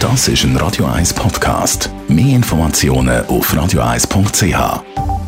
Das ist ein Radio 1 Podcast. Mehr Informationen auf radio1.ch.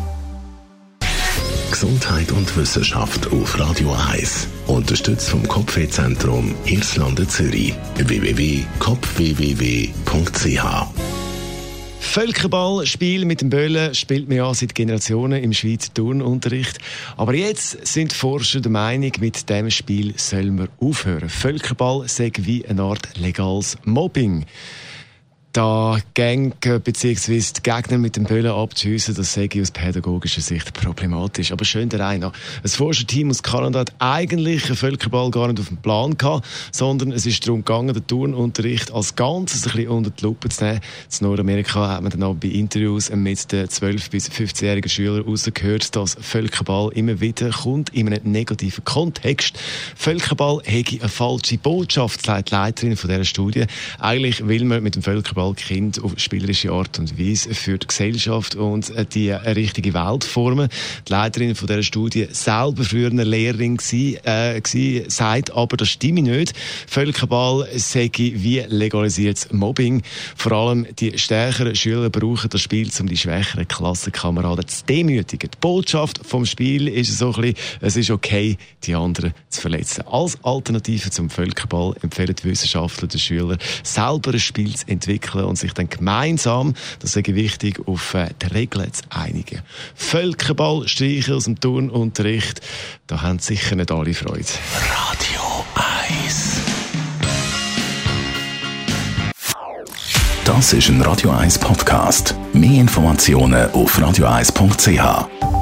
Gesundheit und Wissenschaft auf Radio 1. Unterstützt vom Kopfwehzentrum Irlande Zürich. www.kopfwww.ch. Völkerballspiel mit dem Böllen spielt man ja seit Generationen im Schweizer Turnunterricht. Aber jetzt sind die Forscher der Meinung, mit diesem Spiel soll man aufhören. Völkerball sei wie eine Art legales Mobbing. Da Gang bzw. die Gegner mit dem Böllen abzuschiessen, das sei aus pädagogischer Sicht problematisch. Aber schön der Reihe. Ein Forscherteam aus Kanada hat eigentlich einen Völkerball gar nicht auf dem Plan gehabt, sondern es ist darum gegangen, den Turnunterricht als Ganzes ein bisschen unter die Lupe zu nehmen. In Nordamerika hat man dann auch bei Interviews mit den 12- bis 15-jährigen Schülern herausgehört, dass Völkerball immer wieder kommt in einem negativen Kontext. Völkerball hätte eine falsche Botschaft, sagt die Leiterin von dieser Studie. Eigentlich will man mit dem Völkerball Kind auf spielerische Art und Weise für die Gesellschaft und die richtige Welt formen. Die Leiterin von dieser Studie, selber früher eine Lehrerin gsi, sagt aber, das stimme nicht. Völkerball sei wie legalisiertes Mobbing. Vor allem die stärkeren Schüler brauchen das Spiel, um die schwächeren Klassenkameraden zu demütigen. Die Botschaft vom Spiel ist so ein bisschen, es ist okay, die anderen zu verletzen. Als Alternative zum Völkerball empfehlen die Wissenschaftler den Schülern, selber ein Spiel zu entwickeln und sich dann gemeinsam, das ist wichtig, auf die Regeln zu einigen. Völkerball streichen aus dem Turnunterricht, da haben sicher nicht alle Freude. Radio 1. Das ist ein Radio 1 Podcast. Mehr Informationen auf radio1.ch.